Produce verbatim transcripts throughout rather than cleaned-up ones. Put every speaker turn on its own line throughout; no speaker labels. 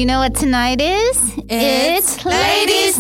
you know what tonight is? It's Ladies'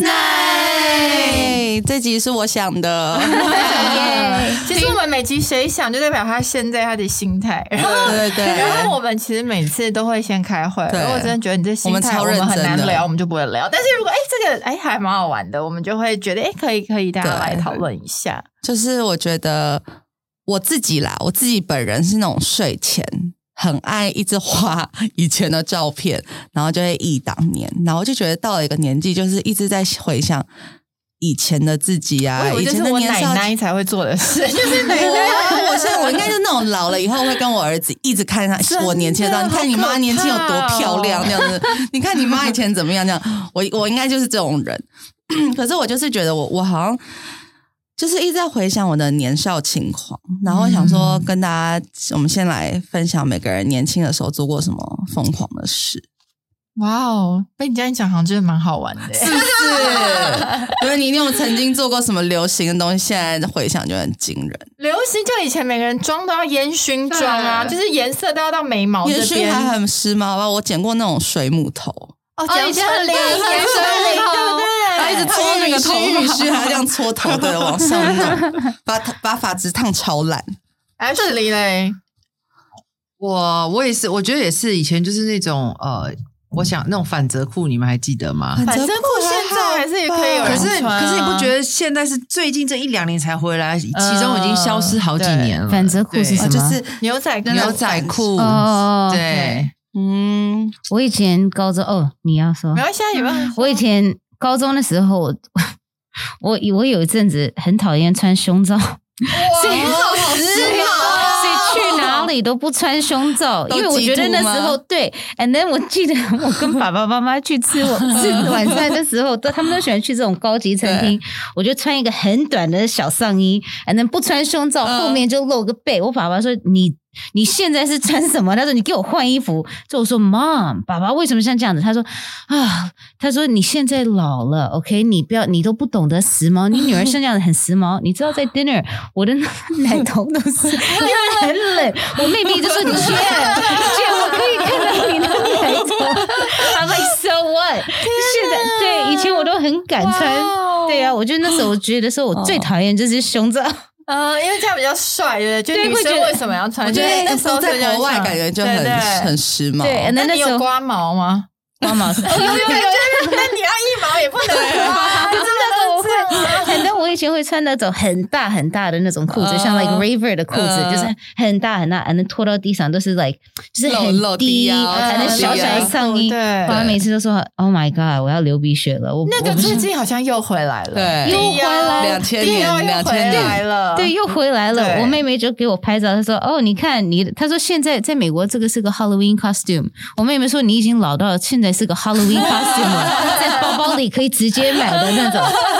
Night.
这集是我想的。
其实我们每集谁想，就代表他现在他的心态。
对对对。
然后我们其实每次都会先开会，如果真的觉得你这心态我们很难聊，我们就不会聊。但是如果哎这个哎还蛮好玩的，我们就会觉得哎可以可以大家来讨论一下。
就是我觉得我自己啦，我自己本人是那种睡前很爱一直滑以前的照片，然后就会忆当年，然后就觉得到了一个年纪，就是一直在回想以前的自己啊，以前的年少，
我奶奶才会做的事，就是奶奶。
我现在我应该就是那种老了以后会跟我儿子一直看他我年轻的时候，你看你妈年轻有多漂亮这样子，你看你妈以前怎么样这样，我我应该就是这种人。可是我就是觉得我我好像就是一直在回想我的年少轻狂，然后想说跟大家，我们先来分享每个人年轻的时候做过什么疯狂的事。
哇哦，被你这样讲好像真的蛮好玩的，
是不是？因为你有曾经做过什么流行的东西，现在回想就很惊人。
流行就以前每个人妆都要烟熏妆啊，就是颜色都要到眉毛这边。
烟熏还很时髦吧？我剪过那种水母头。
哦，蒋丞琳，蒋丞琳，对不对？
他一直搓那个头发，还要这样搓头的往上弄，把把发质烫超烂。
Ashley嘞，
我我也是，我觉得也是，以前就是那种呃。我想那种反折裤，你们还记得吗？
反折裤现在还是也可以有人穿、啊、
可是可是你不觉得现在是最近这一两年才回来，其中已经消失好几年了。
反折裤是什么？
就是
牛仔
牛仔裤。
哦，
对，
嗯，我以前高中哦，你要说，
没关系，有没有？
我以前高中的时候，我我我有一阵子很讨厌穿胸罩，所以
好时髦。
去哪里都不穿胸罩，因为我觉得那时候对 ，and then 我记得我跟爸爸妈妈去吃我吃晚餐的时候，都他们都喜欢去这种高级餐厅，我就穿一个很短的小上衣 ，and then 不穿胸罩，后面就露个背。我爸爸说你。你现在是穿什么？他说你给我换衣服。就我说 Mom， 爸爸为什么像这样子？他说啊，他说你现在老了 ，OK， 你不要，你都不懂得时髦。你女儿像这样子很时髦。你知道在 dinner 我的奶头都是因为很冷，我妹妹就说你姐姐，我可以看到你的奶头。I'm like so what？ 现在对以前我都很敢穿，对啊，我觉得那时候我觉得说我最讨厌就是胸罩。
呃，因为这样比较帅，对不对？就女生为什么要穿？
我觉得那时候在国外感觉就很
对对
很时髦。
对，
那你有刮毛吗？
刮毛是，有有有，
那你要一毛也不能刮，就是那种这样。
反正我以前会穿那种很大很大的那种裤子，呃、像 like Raver 的裤子，呃、就是很大很大，还能拖到地上都是 like 就是很低，还能小小的上衣。
对，
爸爸每次都说 Oh my God， 我要流鼻血了。我
那个最近好像又回来了，
对，
又回来，
两千年，两千年
来了，
对，又回来了。我妹妹就给我拍照，她说哦，你看你，她说现在在美国这个是个 Halloween costume。我妹妹说你已经老到现在是个 Halloween costume 了，在包包里可以直接买的那种。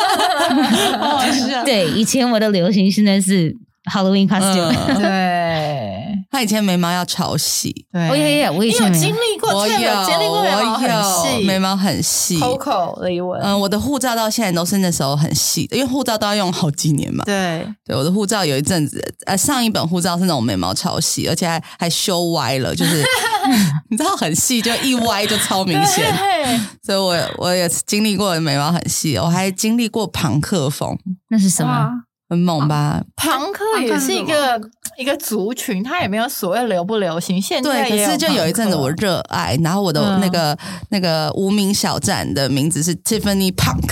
对，以前我的流行，现在是 Halloween costume。
嗯、
对，
他以前眉毛要超细。
对，
我也有，我以前
你有经历过，
我有
经历过眉毛很细，
眉毛很细。
Coco 李玟，
嗯，我的护照到现在都是那时候很细的，因为护照都要用好几年嘛。
对，
对，我的护照有一阵子，呃，上一本护照是那种眉毛超细，而且还还修歪了，就是你知道很细，就一歪就超明显。所以我我也经历过眉毛很细，我还经历过朋克风，
那是什么？
很猛吧？
朋克也是一个一个族群，它也没有所谓流不流行。现在
对，可是就有一阵子我热爱，然后我的那个、嗯、那个无名小站的名字是 Tiffany Punk，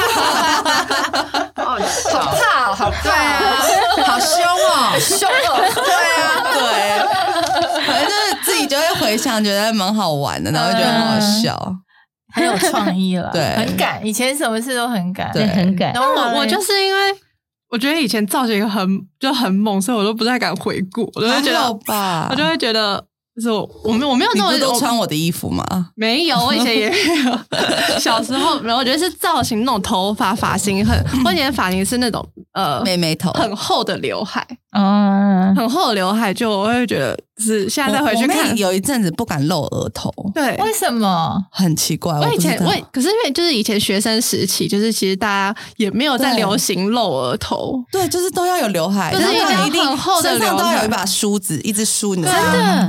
好怕，好
对啊，好凶哦，
凶哦，
对啊，对，反正就是自己就会回想，觉得蛮好玩的，然后就觉得很好笑。
很有创意了，
对，
很敢，以前什么事都很敢，
对，很敢。
我我就是因为我觉得以前造型很就很猛，所以我都不太敢回顾，我就会觉得，我就会觉得，就是我我没我没有这么
你不都穿我的衣服吗？
没有，我以前也没有。小时候，然后我觉得是造型那种头发发型很，我以前的发型是那种呃
妹妹头，
很厚的刘海。
哦，
很厚的刘海，就我会觉得是现在再回去看，
我妹有一阵子不敢露额头，
对，
为什么？
很奇怪。
我以前我可是因为就是以前学生时期，就是其实大家也没有在流行露额头，
对，就是都要有刘海，
就是
然后
一定很厚的刘海，
身上都要有一把梳子，一直梳你的。
真的。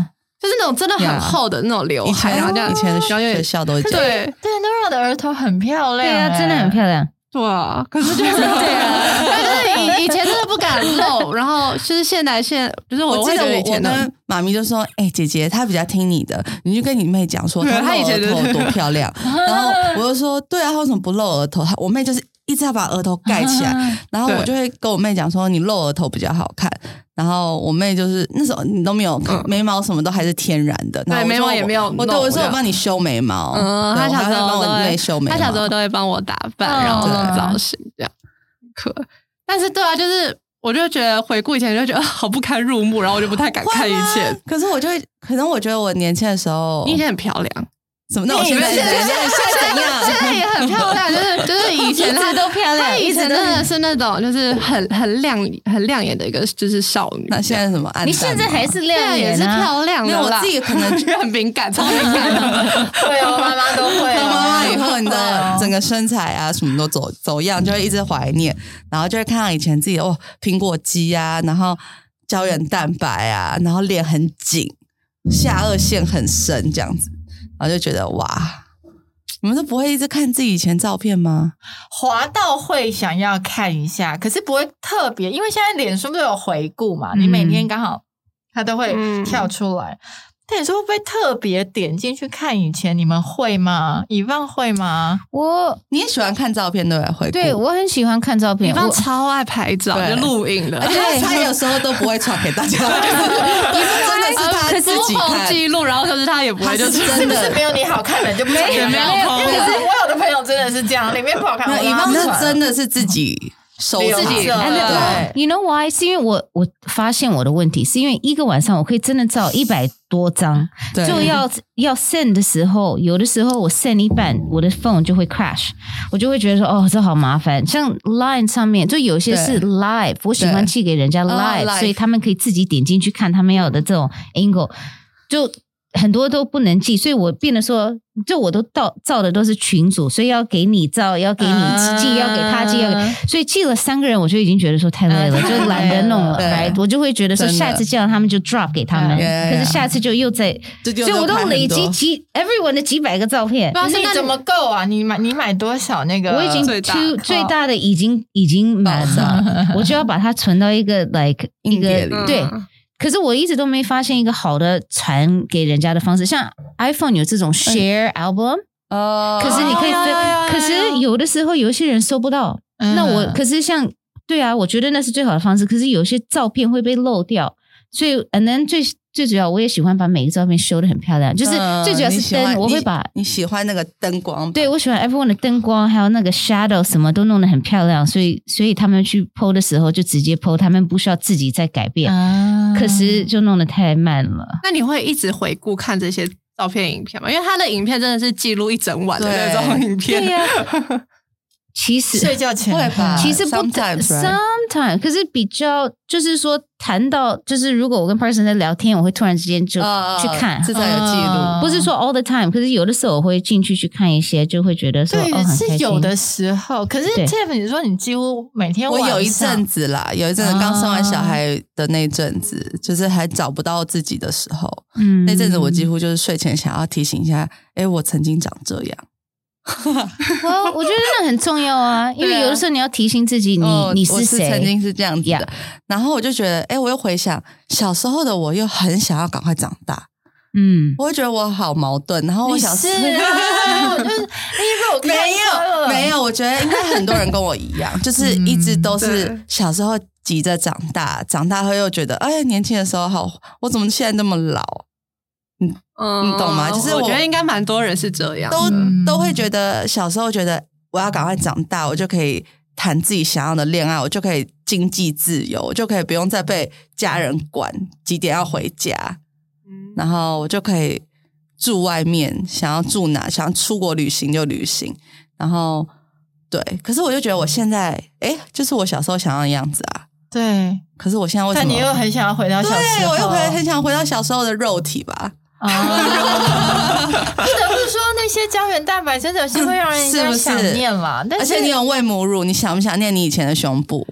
就是那种真的很厚的那种刘海，然后这样
以前的学校都会这样。
对
对 Nora 的额头很漂亮，
对啊，真的很漂亮。
对啊，可是就是对啊，就是以以前真的不敢露，然后就是现在现在就是我
记得我
以前
我跟妈咪就说，哎、欸，姐姐她比较听你的，你就跟你妹讲说她露额头多漂亮，然后我就说对啊，她为什么不露额头？我妹就是一直要把额头盖起来，然后我就会跟我妹讲说你露额头比较好看。然后我妹就是那时候你都没有、嗯、眉毛什么都还是天然的，
对，眉毛也没有。
我对我说我帮你修眉毛，
嗯，她小时候
帮我妹修眉毛，
她小时候都会帮我打扮，嗯、然后弄造型这样。可，但是对啊，就是我就觉得回顾以前就觉得好不堪入目，然后我就不太敢看以前。
可是我就会，可能我觉得我年轻的时候，
你以前很漂亮。
什么？那我现在现在现在怎样？
现在也很漂亮，就是就是以前她
都漂亮，
以前真的是那种就是很很亮很亮眼的一个就是少女。
那现在什么？
你现在还是亮眼、啊，
也是漂亮的啦。
我自己可能
很敏感，超敏感的。
对哦，妈妈都会。
当妈妈以后，你知道整个身材啊什么都走走样，就会一直怀念，然后就会看到以前自己哦苹果肌啊，然后胶原蛋白啊，然后脸很紧，下颚线很深这样子，然后就觉得哇。你们都不会一直看自己以前照片吗？
滑到会想要看一下，可是不会特别，因为现在脸书都有回顾嘛，嗯、你每天刚好它都会跳出来。但你说会不会特别点进去看以前？你们会吗？以望会吗？
我
你也喜欢看照片对不对？回顾
对我很喜欢看照片，
以望超爱拍照，就录影的，
而且他有时候都不会传给大家，就是真的是他自己看
记录，然后可是他也不会，就是
真的是没有你好看的就不传给没有，因为我有的朋友真的是这样，里面不好看，
以望是真的是自己。收
自己，
对 ，You know why？ 是因为我我发现我的问题，是因为一个晚上我可以真的照一百多张，就要要 send 的时候，有的时候我 send 一半，我的 phone 就会 crash， 我就会觉得说哦，这好麻烦。像 Line 上面就有些是 live， 我喜欢寄给人家 live， 所以他们可以自己点进去看他们要的这种 angle， 就。很多都不能寄，所以我变得说，就我都照照的都是群组，所以要给你照，要给你寄，要给他寄，要给，所以寄了三个人，我就已经觉得说太累了，就懒得弄了，right？我就会觉得说，下次叫他们就 drop 给他们，可是下次就又在，所以我都累积几 everyone 的几百个照片，
你怎么够啊？你买你买多少那个？
我已经 two 最大的已经已经满了，我就要把它存到一个 like 一个对。可是我一直都没发现一个好的传给人家的方式，像 iPhone 有这种 share album，哦，可是你可以分，可是有的时候有一些人收不到，嗯、那我可是像对啊，我觉得那是最好的方式，可是有些照片会被漏掉，所以 and then 最最主要我也喜欢把每个照片修得很漂亮，就是最主要是灯，嗯、我会把
你, 你喜欢那个灯光，
对我喜欢 everyone 的灯光，还有那个 shadow 什么都弄得很漂亮，所以所以他们去 po 的时候就直接 po， 他们不需要自己再改变，啊、可是就弄得太慢了。
那你会一直回顾看这些照片影片吗？因为他的影片真的是记录一整晚的那种影片。
对呀、啊。其实
睡觉前
会吧，
其实不
sometimes, right?
sometimes， 可是比较就是说谈到就是如果我跟 person 在聊天，我会突然之间就去看，
至少有记录，
不是说 all the time， 可是有的时候我会进去去看一些，就会觉得说
对、
哦很开心。
是有的时候，可是 Tiff 你说你几乎每天晚上，
我有一阵子啦，有一阵子刚生完小孩的那阵子，啊、就是还找不到自己的时候，嗯，那阵子我几乎就是睡前想要提醒一下，哎，我曾经长这样。
我我觉得那很重要啊，因为有的时候你要提醒自己你，你、哦、你是谁，
曾经是这样子的。Yeah. 然后我就觉得，哎，我又回想小时候的我，又很想要赶快长大。嗯，我会觉得我好矛盾。然后我小时候，
我就是因为我
没有没有，我觉得应该很多人跟我一样，就是一直都是小时候急着长大，长大后又觉得，哎，年轻的时候好，我怎么现在那么老？嗯，你懂吗？就是
我, 我觉得应该蛮多人是这样，
都都会觉得小时候觉得我要赶快长大，我就可以谈自己想要的恋爱，我就可以经济自由，我就可以不用再被家人管几点要回家，嗯，然后我就可以住外面，想要住哪，想要出国旅行就旅行，然后对，可是我就觉得我现在，哎，就是我小时候想要的样子啊。
对，
可是我现在为什么？
但你又很想要回到小时候，
对，我又回很想回到小时候的肉体吧。
啊，不得不说，那些胶原蛋白真的是会让人家想念啦。
而且你有喂母乳，你想不想念你以前的胸部？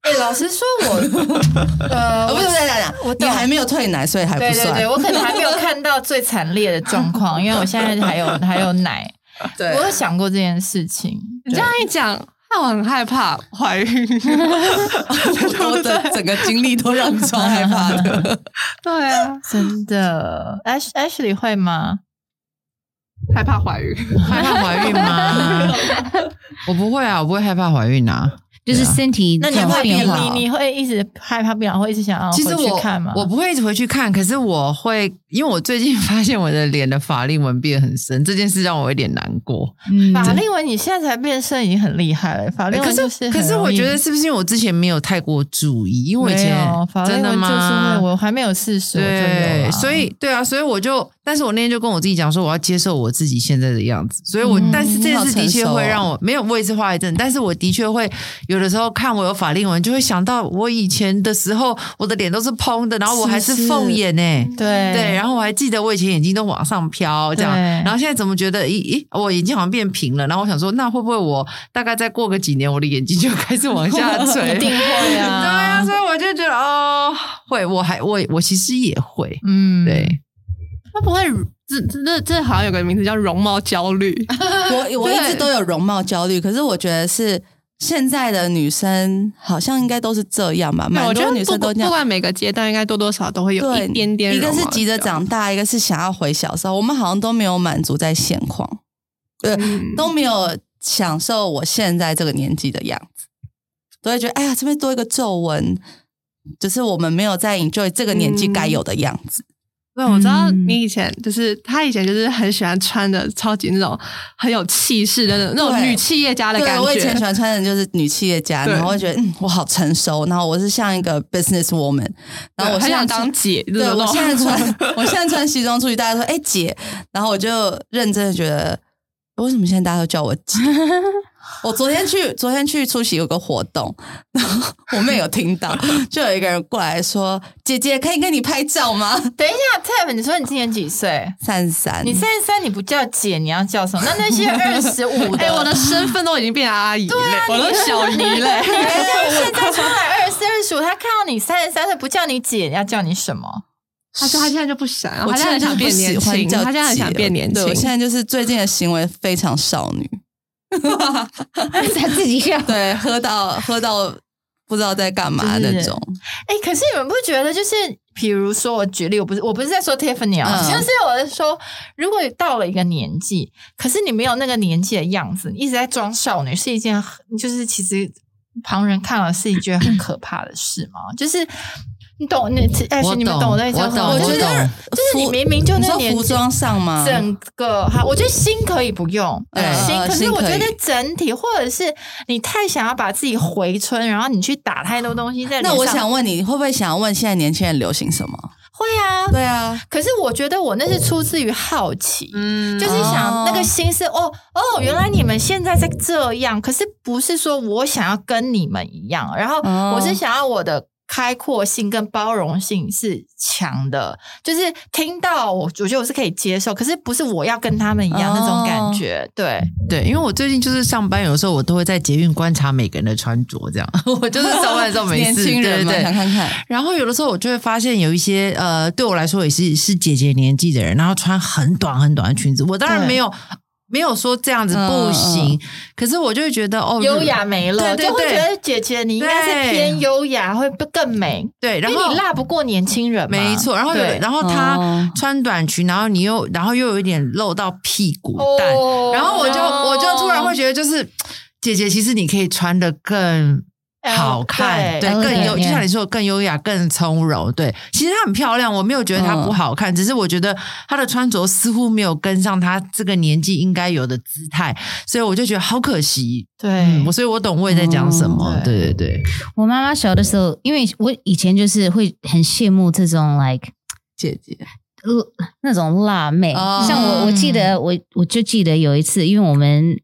哎、欸，老实说我，呃，
我不是在讲，你还没有退奶，所以还不算。
对对对，我可能还没有看到最惨烈的状况，因为我现在还有还有奶。对，我有想过这件事情。
你这样一讲，那我很害怕怀孕。
我的整个经历都让你超害怕的。
对啊，
真的。Ash Ashley 会吗？
害怕怀孕？
害怕怀孕吗？我不会啊，我不会害怕怀孕啊。
就是身体
那你会你你会一直害怕变老，会一直想要回去看吗？
我不会一直回去看，可是我会，因为我最近发现我的脸的法令纹变很深，这件事让我有点难过。
嗯，法令纹你现在才变深已经很厉害了，法令纹就是
可是我觉得是不是因为我之前没有太过注意？因为我以前
真的吗？就是我还没有四十，
对，所以对啊，所以我就，但是我那天就跟我自己讲说，我要接受我自己现在的样子。所以我，嗯、但是这件事的确会让我、嗯、没有，我也是画一阵，但是我的确会有的时候看我有法令纹，就会想到我以前的时候，我的脸都是蓬的，然后我还是凤眼呢、欸，
对
对，然后我还记得我以前眼睛都往上飘这样，然后现在怎么觉得，咦咦，我眼睛好像变平了，然后我想说，那会不会我大概再过个几年，我的眼睛就开始往下垂？
一定会啊，
对啊，所以我就觉得哦，会，我还我我其实也会，嗯，对，
那不会。这这这好像有个名字叫容貌焦虑。
我我一直都有容貌焦虑，可是我觉得是现在的女生好像应该都是这样吧，蛮多女生都这样。
不管每个阶段，应该多多少少都会有一点点。
一个是急着长大，一个是想要回小时候。我们好像都没有满足在现况，呃、嗯，都没有享受我现在这个年纪的样子，都会觉得哎呀，这边多一个皱纹，就是我们没有在 enjoy 这个年纪该有的样子。嗯
对，我知道你以前就是他以前就是很喜欢穿的超级那种很有气势的那种女企业家的感觉。
对，我以前喜欢穿的就是女企业家，然后会觉得嗯，我好成熟，然后我是像一个 business woman， 然后我现在
想当姐，
对，我现在穿我现在穿西装出去，大家说哎姐，然后我就认真的觉得为什么现在大家都叫我姐？我昨天去，昨天去出席有个活动，然后我妹有听到，就有一个人过来说：“姐姐，可以跟你拍照吗？”
等一下 ，Tab， 你说你今年几岁？
三十三。
你三十三，你不叫姐，你要叫什么？那那些二十五的，
哎、欸，我的身份都已经变阿姨了，对啊，我都小姨嘞。
你现在出来二十四、二十五，他看到你三十三岁，不叫你姐，要叫你什么？
他说他现在就不想，他现在很想变年轻，他现在很想变年轻。
对，我现在就是最近的行为非常少女。
他自己笑，
对，喝到喝到不知道在干嘛那种。
哎、欸，可是你们不觉得，就是比如说，我举例，我不是我不是在说 Tiffany 啊，就、嗯、是我在说，如果到了一个年纪，可是你没有那个年纪的样子，你一直在装少女，是一件就是其实旁人看了是一件很可怕的事吗？就是。你懂你哎，你们懂我在讲什么？我觉得就是你明明就那年纪，
服装上吗？
整个哈，我觉得心可以不用，对，心。可是我觉得整体，或者是你太想要把自己回春，然后你去打太多东西在脸上。
那我想问你，会不会想要问现在年轻人流行什么？
会啊，
对啊。
可是我觉得我那是出自于好奇，嗯，就是想那个心是哦哦，原来你们现在在这样，可是不是说我想要跟你们一样，然后我是想要我的。开阔性跟包容性是强的，就是听到我，我觉得我是可以接受，可是不是我要跟他们一样、哦、那种感觉。对
对，因为我最近就是上班，有时候我都会在捷运观察每个人的穿着，这样我就是上班的时候没事，
年轻人嘛，想看看。
然后有的时候我就会发现有一些呃，对我来说也是是姐姐年纪的人，然后穿很短很短的裙子，我当然没有。没有说这样子不行，嗯、可是我就会觉得哦，
优雅没了，对对对，就会觉得姐姐你应该是偏优雅，会更美。
对，然后
因为你辣不过年轻人嘛，
没错。然后有，然后她穿短裙，然后你又，然后又有一点露到屁股蛋，哦、然后我就我就突然会觉得，就是姐姐，其实你可以穿得更。好看，对，对更优，就像你说的更优雅、更从容。对，其实她很漂亮，我没有觉得她不好看，嗯、只是我觉得她的穿着似乎没有跟上她这个年纪应该有的姿态，所以我就觉得好可惜。
对，
嗯、所以我懂我也在讲什么。嗯、对对对，
我妈妈小的时候，因为我以前就是会很羡慕这种 like
姐姐。
呃，那种辣妹，哦、像我，我记得我，我就记得有一次，因为我们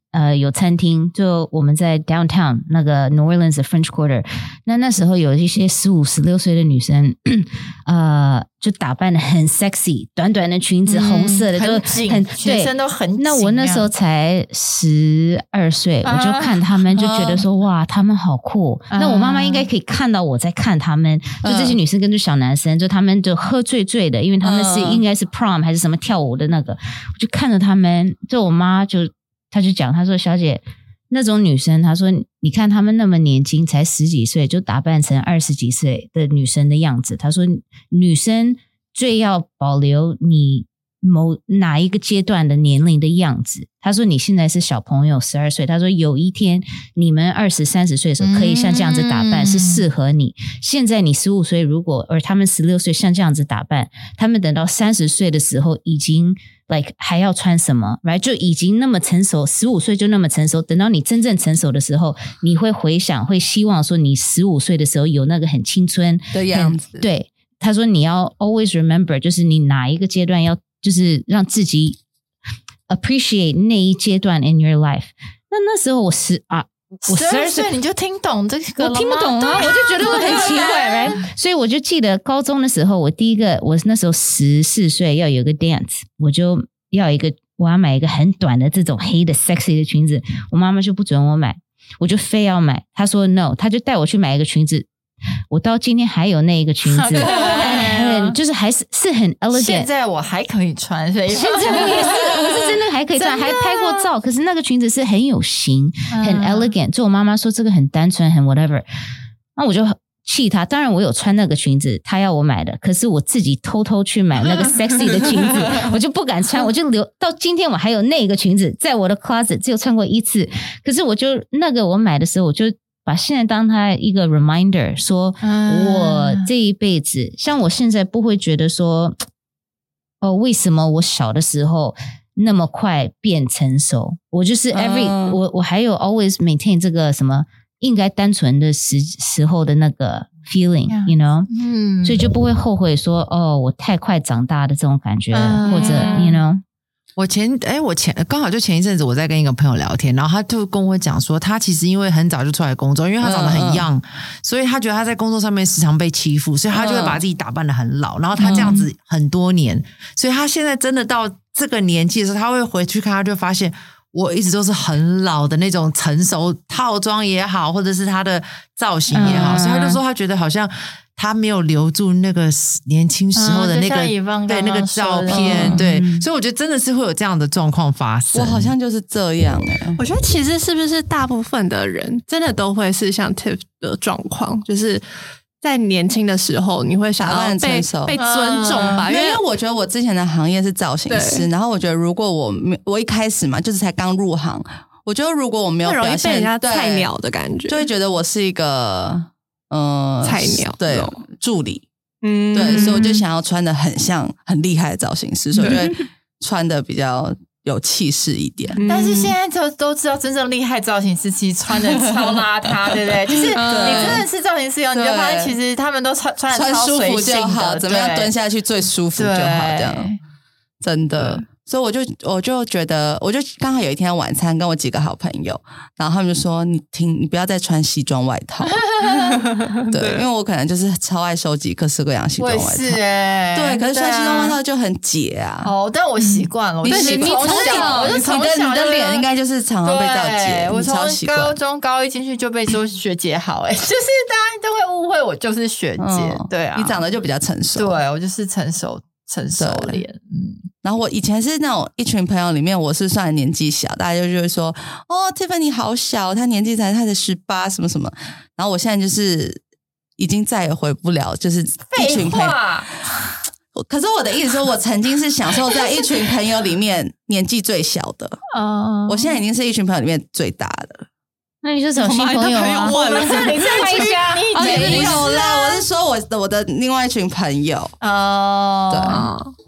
呃有餐厅，就我们在 downtown 那个 New Orleans 的 French Quarter， 那那时候有一些十五、十六岁的女生，呃，就打扮的很 sexy， 短短的裙子，嗯、红色的，就
很紧，
很
全身都很紧。
那我那时候才十二岁，啊、我就看他们，就觉得说、啊、哇，他们好酷。啊、那我妈妈应该可以看到我在看他们，就这些女生跟着小男生，就他们就喝醉醉的，因为他们是、啊、应该是 prom 还是什么跳舞的那个，我就看着他们，就我妈就。他就讲，他说小姐那种女生，他说你看她们那么年轻，才十几岁就打扮成二十几岁的女生的样子。他说女生最要保留你某哪一个阶段的年龄的样子。他说你现在是小朋友十二岁，他说有一天你们二十三十岁的时候可以像这样子打扮、嗯、是适合你。现在你十五岁，如果而他们十六岁像这样子打扮，他们等到三十岁的时候已经 like 还要穿什么 right 就已经那么成熟，十五岁就那么成熟，等到你真正成熟的时候，你会回想，会希望说你十五岁的时候有那个很青春
的样子。
对，他说你要 always remember， 就是你哪一个阶段要就是让自己 appreciate 那一阶段 in your life。 那那时候我十啊我
十二岁你就听懂这个了吗？
我听不懂啊，我就觉得我很奇怪right？ 所以我就记得高中的时候，我第一个我那时候十四岁要有个 dance， 我就要一个我要买一个很短的这种黑的 sexy 的裙子，我妈妈就不准我买，我就非要买，她说 no， 她就带我去买一个裙子，我到今天还有那一个裙子，很就是还是是很 elegant，
现在我还可以穿，所以
现在我也是我是真的还可以穿，还拍过照，可是那个裙子是很有型，很 elegant， 就我妈妈说这个很单纯很 whatever， 那我就气她，当然我有穿那个裙子，她要我买的，可是我自己偷偷去买那个 sexy 的裙子，我就不敢穿，我就留到今天我还有那个裙子在我的 closet， 只有穿过一次，可是我就那个我买的时候，我就把现在当它一个 reminder， 说我这一辈子，像我现在不会觉得说哦，为什么我小的时候那么快变成熟，我就是 every、uh, 我我还有 always maintain 这个什么应该单纯的时时候的那个 feeling、yeah. you know、嗯、所以就不会后悔说哦我太快长大的这种感觉、uh, 或者 you know。
我前哎，我前刚好就前一阵子我在跟一个朋友聊天，然后他就跟我讲说，他其实因为很早就出来工作，因为他长得很 young，、嗯、所以他觉得他在工作上面时常被欺负，所以他就会把自己打扮得很老，然后他这样子很多年、嗯、所以他现在真的到这个年纪的时候，他会回去看，他就发现我一直都是很老的那种成熟套装也好，或者是他的造型也好、嗯、所以他就说他觉得好像他没有留住那个年轻时候的那个、嗯、刚刚对那个照片、嗯、对，所以我觉得真的是会有这样的状况发生。
我好像就是这样欸，
我觉得其实是不是大部分的人真的都会是像 Tiff 的状况，就是在年轻的时候你会想要被被尊重吧、
嗯、因为我觉得我之前的行业是造型师，然后我觉得如果我我一开始嘛就是才刚入行，我觉得如果我没有表现，
被人家菜鸟的感觉，
就会觉得我是一个呃
菜鸟，
对助理，嗯，对，所以我就想要穿的很像很厉害的造型师，所以我就会穿的比较有气势一点。
但是现在都都知道，真正厉害造型师其实穿的超邋遢，对不对？就是你真的是造型师哦，你就发现其实他们都穿穿的超
舒服就好，怎么样蹲下去最舒服就好，这样真的。所以我就我就觉得，我就刚好有一天晚餐跟我几个好朋友，然后他们就说：“你听，你不要再穿西装外套。”对，因为我可能就是超爱收集各式各样西装外套。我
是哎、
欸，对，可是穿西装外套就很解啊。
哦，但我习惯了。
你习惯，
从小我就从小
你的脸应该就是常常被这样解。
我从高中高一进去就被说学姐好、欸，哎，就是大家都会误会我就是学姐。嗯、对啊，
你长得就比较成熟。
对，我就是成熟成熟脸，嗯。
然后我以前是那种一群朋友里面，我是算年纪小，大家就会说：“哦 ，Tiffany 好小，她年纪才她才十八，什么什么。”然后我现在就是已经再也回不了，就是一群朋友。可是我的意思说，我曾经是享受在一群朋友里面年纪最小的，哦，我现在已经是一群朋友里面最大的。
那你是找新朋友啊？
我们这里在一家，
你已经有啦。我是说我的我的另外一群朋友
哦，
对。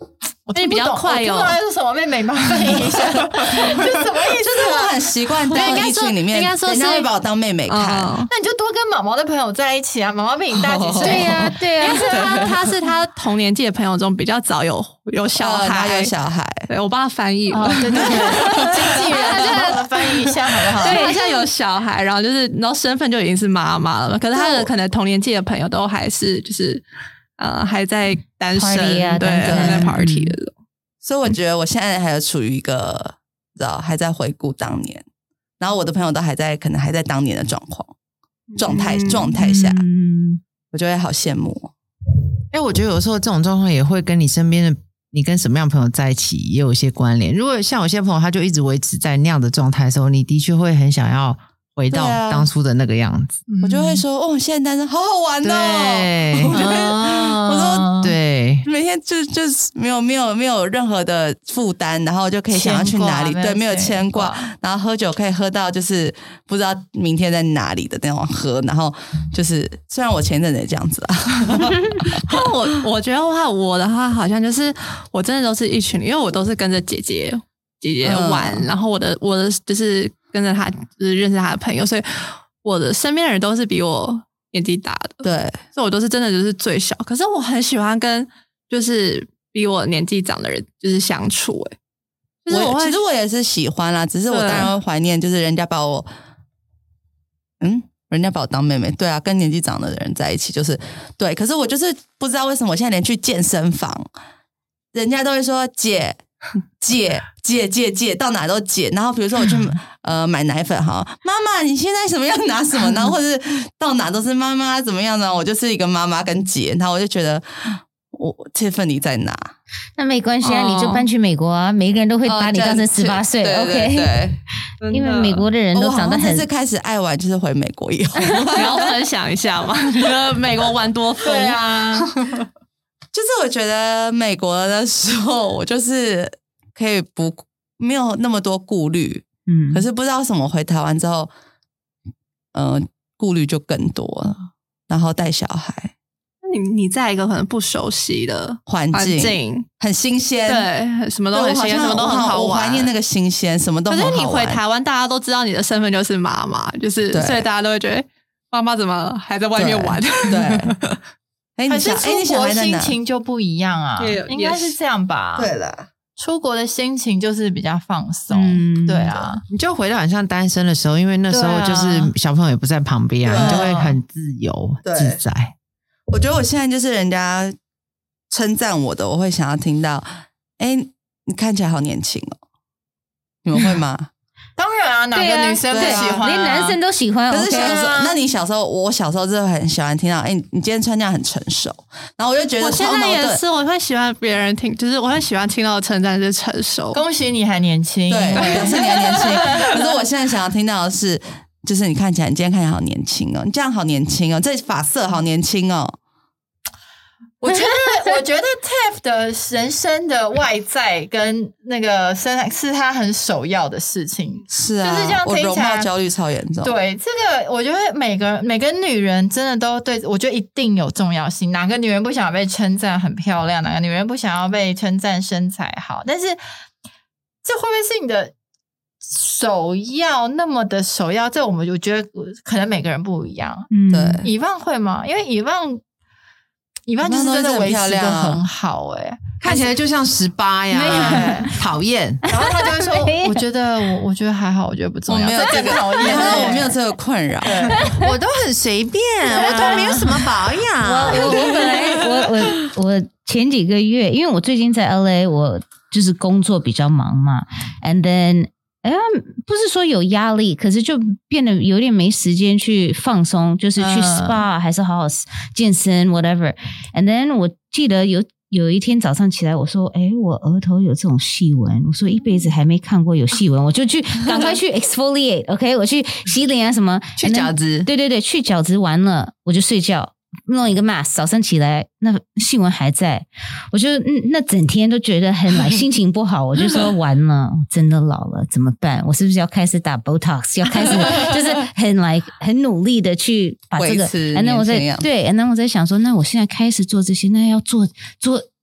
因为比较快
有。我听不懂是什么，妹妹麻烦一下，就什么意思？
就是我很习惯在一群里面，
应该说
人家会把我当妹妹看。
那你就多跟毛毛的朋友在一起啊，毛毛比你大几岁？
对呀，对呀。
但是他他是他同年纪的朋友中比较早有有小孩，
有小孩，
对我帮他翻译了，
对对对，经纪人他就翻译一下好不好？
对，他现在有小孩，然后就是然后身份就已经是妈妈了，可是他的可能同年纪的朋友都还是就是呃还在单身，
啊、
对，还在 party 的。
所以我觉得我现在还有处于一个，知道还在回顾当年，然后我的朋友都还在，可能还在当年的状况、状态、状态下，嗯，我觉得好羡慕。
哎、欸，我觉得有时候这种状况也会跟你身边的你跟什么样的朋友在一起也有一些关联。如果像有些朋友他就一直维持在那样的状态的时候，你的确会很想要回到当初的那个样子。
啊、我就会说，哦，现在单身好好玩哦。
对，
我觉得，我说
对，
每天就就是没有没有没有任何的负担，然后就可以想要去哪里，对，没有牵挂，然后喝酒可以喝到就是不知道明天在哪里的那种喝，然后就是虽然我前阵子也这样子啊，
我我觉得话我的话好像就是我真的都是一群，因为我都是跟着姐姐姐姐玩，嗯、然后我的我的就是跟着她就是认识她的朋友，所以我的身边的人都是比我年纪大的，
对，
所以我都是真的就是最小。可是我很喜欢跟就是比我年纪长的人就是相处、欸，哎，就是
我其实我也是喜欢啦，只是我当然会怀念，就是人家把我，嗯，人家把我当妹妹，对啊，跟年纪长的人在一起就是对。可是我就是不知道为什么我现在连去健身房，人家都会说姐。姐姐姐姐到哪都姐，然后比如说我去呃买奶粉哈，妈妈你现在什么样拿什么，然后或者到哪都是妈妈怎么样呢？我就是一个妈妈跟姐，然后我就觉得我这份你在哪？
那没关系啊，哦、你就搬去美国啊，每个人都会把你当成十八岁 ，OK？ 对，因为美国的人都长得很。
这次开始爱玩就是回美国以后，
你要分享一下嘛？觉得美国玩多疯
啊！
就是我觉得美国的时候，我就是可以不没有那么多顾虑，嗯，可是不知道什么回台湾之后，嗯、呃，顾虑就更多了。然后带小孩，
那你你在一个可能不熟悉的
环境，境很新鲜，
对，什么都很新鲜，什么都很好玩。
我怀念那个新鲜，什么都很好玩。
可是你回台湾，大家都知道你的身份就是妈妈，就是所以大家都会觉得妈妈怎么还在外面玩？
对。对哎，
可是出国心情就不一样啊，应该是这样吧？
对了，
出国的心情就是比较放松，嗯、对啊，
你就回到很像单身的时候，因为那时候就是小朋友也不在旁边啊，啊你就会很自由自在。
我觉得我现在就是人家称赞我的，我会想要听到，哎，你看起来好年轻哦，你们会吗？
当然啊，哪个女生不喜欢、啊？
连男生都喜欢。
可是小时候，
啊、
那你小时候，我小时候就很喜欢听到，哎、欸，你今天穿这样很成熟，然后我就觉得
我现在也是，我会喜欢别人听，就是我会喜欢听到称赞是成熟。
恭喜你还年轻，
对，表示你还年轻。可是我现在想要听到的是，就是你看起来，你今天看起来好年轻哦，你这样好年轻哦，这发色好年轻哦。
我觉得，我觉得 Taff 的人生的外在跟那个身材是他很首要的事情。
是啊，
就是这样听起来，
我容貌焦虑超严重。
对，这个我觉得每个每个女人真的都对我觉得一定有重要性。哪个女人不想要被称赞很漂亮？哪个女人不想要被称赞身材好？但是这会不会是你的首要？那么的首要？这我们我觉得可能每个人不一样。
嗯，对，
以望会吗？因为以望。以望就是真的维持的很好哎、欸，
看起来就像十八呀，讨厌。
然后他就会说：“我觉得我我觉得还好，我觉得不重要。”
我没有这个讨厌，我没有这个困扰，
我都很随便，我都没有什么保养。
我我我本来我我我前几个月，因为我最近在 L A， 我就是工作比较忙嘛 ，and then。哎呀，不是说有压力，可是就变得有点没时间去放松，就是去 S P A、嗯、还是好好健身 whatever。And then 我记得有有一天早上起来，我说：“哎，我额头有这种细纹。”我说一辈子还没看过有细纹，我就去赶快去 exfoliate，OK， 我去洗脸啊什么，
去角质。
对对对，去角质完了我就睡觉。弄一个 mask， 早上起来那细纹还在，我就、嗯、那整天都觉得很来心情不好，我就说完了，真的老了怎么办？我是不是要开始打 Botox？ 要开始就是很来很努力的去把这个，那我在对，那我在想说，那我现在开始做这些，那要做做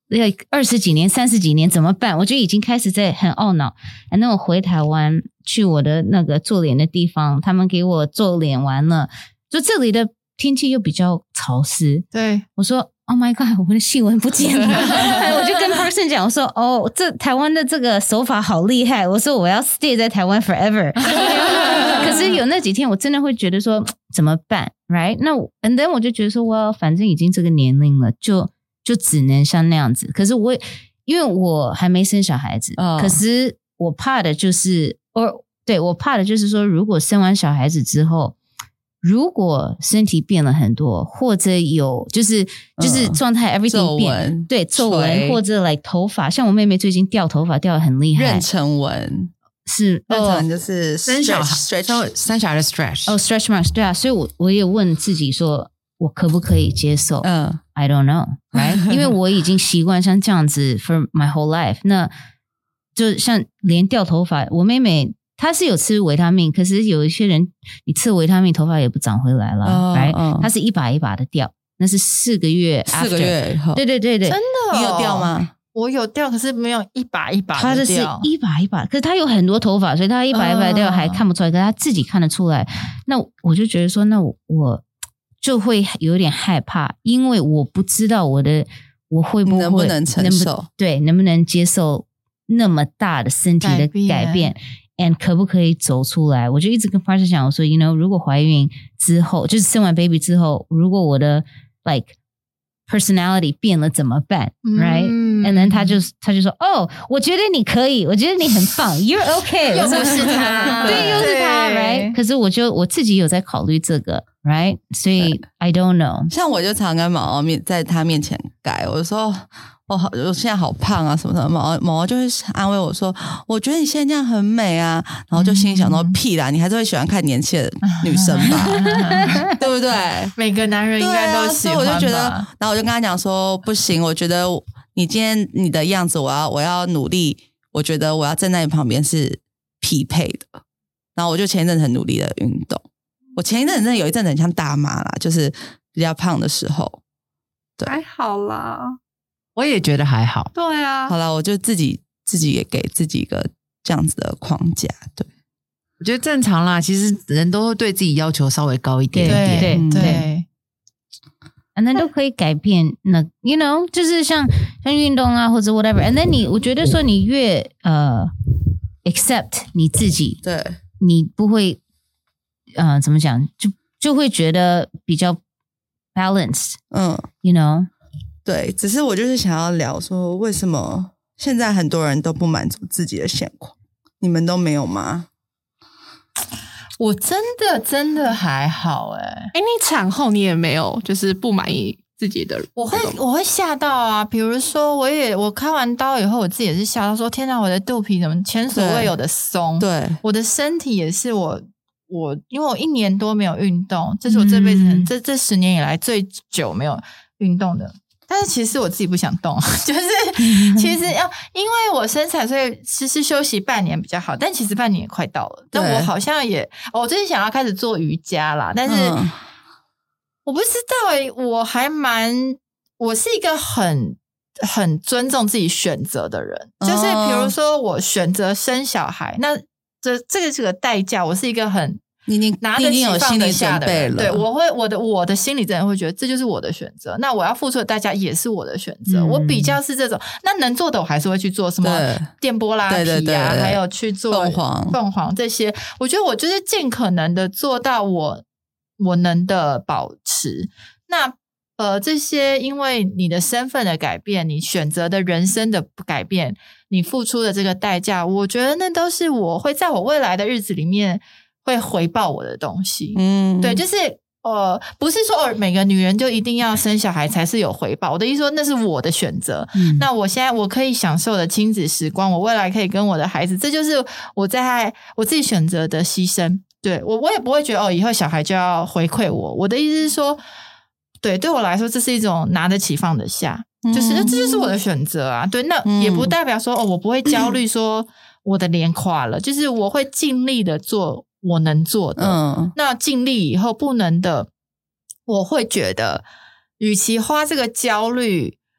二十几年、三十几年怎么办？我就已经开始在很懊恼。那我回台湾去我的那个做脸的地方，他们给我做脸完了，就这里的天气又比较潮湿。
对，
我说 Oh my God， 我的细纹不见了。我就跟 person 讲，我说哦，这台湾的这个手法好厉害。我说我要 stay 在台湾 forever。可是有那几天我真的会觉得说怎么办 ，right？ 那 and then 我就觉得说，我反正已经这个年龄了，就就只能像那样子。可是我因为我还没生小孩子，哦、可是我怕的就是，我对我怕的就是说，如果生完小孩子之后。如果身体变了很多，或者有就是就是状态 everything 变，对皱纹或者 like 头发，像我妹妹最近掉头发掉得很厉害，
妊娠纹
是
妊娠纹就是
生小孩
stretch
生小孩的 stretch
哦 stretch marks 对啊，所以我我也问自己说，我可不可以接受？嗯 ，I don't know， right？ 因为我已经习惯像这样子 for my whole life， 那就像连掉头发，我妹妹。他是有吃维他命，可是有一些人你吃维他命头发也不长回来了，哦 right? 哦、他是一把一把的掉，那是四个月 after，
四个月以后，
对对对对，
真的、哦，
你有掉吗？
我有掉，可是没有一把一把的掉，
他的是一把一把，可是他有很多头发，所以他一把一把掉还看不出来，可是他自己看得出来。那我就觉得说，那我我就会有点害怕，因为我不知道我的我会不会
能不能承受，
能对，能不能接受那么大的身体的改变。改变And 可不可以走出来？我就一直跟 partner 讲，我说 ，you know， 如果怀孕之后，就是生完 baby 之后，如果我的 like personality 变了怎么办、嗯、？Right？And then 他就他就说，哦，我觉得你可以，我觉得你很棒 ，You're okay。
又不是他，
对，又是他 ，Right？ 可是我就我自己有在考虑这个 ，Right？ 所以 I don't know。
像我就常跟毛毛面在他面前改，我说。我好，我现在好胖啊，什么的，毛毛就会安慰我说：“我觉得你现在这样很美啊。”然后就心里想说：“屁啦，你还是会喜欢看年轻的女生吧，对不对？
每个男人应该都喜欢吧。”所以我就觉得，
然后我就跟他讲说：“不行，我觉得你今天你的样子，我要我要努力，我觉得我要站在你旁边是匹配的。”然后我就前一阵子很努力的运动，我前一阵子真的有一阵子很像大妈啦，就是比较胖的时候，对，
还好啦。
我也觉得还好，
对啊，
好了，我就自己自己也给自己一个这样子的框架，对，
我觉得正常啦。其实人都会对自己要求稍微高一点点，
对对对，啊，那都可以改变。那 you know， 就是像像运动啊，或者 whatever。And then 你，我觉得说你越呃 accept 你自己，
对，
你不会呃怎么讲，就就会觉得比较 balance， 嗯 ，you know。
对，只是我就是想要聊说，为什么现在很多人都不满足自己的现况？你们都没有吗？
我真的真的还好哎、欸，
哎，你产后你也没有就是不满意自己的？
我会我会吓到啊！比如说，我也我开完刀以后，我自己也是吓到说，天哪，我的肚皮怎么前所未有的松？
对，
我的身体也是我我因为我一年多没有运动，这是我这辈子、嗯、这这十年以来最久没有运动的。但是其实我自己不想动，就是其实要因为我生产，所以其实休息半年比较好。但其实半年也快到了，但我好像也，哦、我最近想要开始做瑜伽啦。但是、嗯、我不知道诶、欸，我还蛮，我是一个很很尊重自己选择的人。就是比如说我选择生小孩，那这这个这个代价，我是一个很。
你你
拿得起放得下的人，
了
对，我会我的我的心里真的会觉得这就是我的选择，那我要付出的代价也是我的选择、嗯。我比较是这种，那能做的我还是会去做，什么电波拉皮啊，
对对对对
还有去做
凤凰
凤凰这些，我觉得我就是尽可能的做到我我能的保持。那呃，这些因为你的身份的改变，你选择的人生的改变，你付出的这个代价，我觉得那都是我会在我未来的日子里面。会回报我的东西，嗯，对，就是呃，不是说哦，每个女人就一定要生小孩才是有回报。我的意思说，那是我的选择。嗯、那我现在我可以享受的亲子时光，我未来可以跟我的孩子，这就是我在我自己选择的牺牲。对我，我也不会觉得哦，以后小孩就要回馈我。我的意思是说，对，对我来说，这是一种拿得起放得下，嗯、就是这就是我的选择啊。对，那也不代表说哦，我不会焦虑，说我的脸垮了，就是我会尽力的做。我能做的，嗯，那尽力以后不能的，我会觉得，与其花这个焦虑，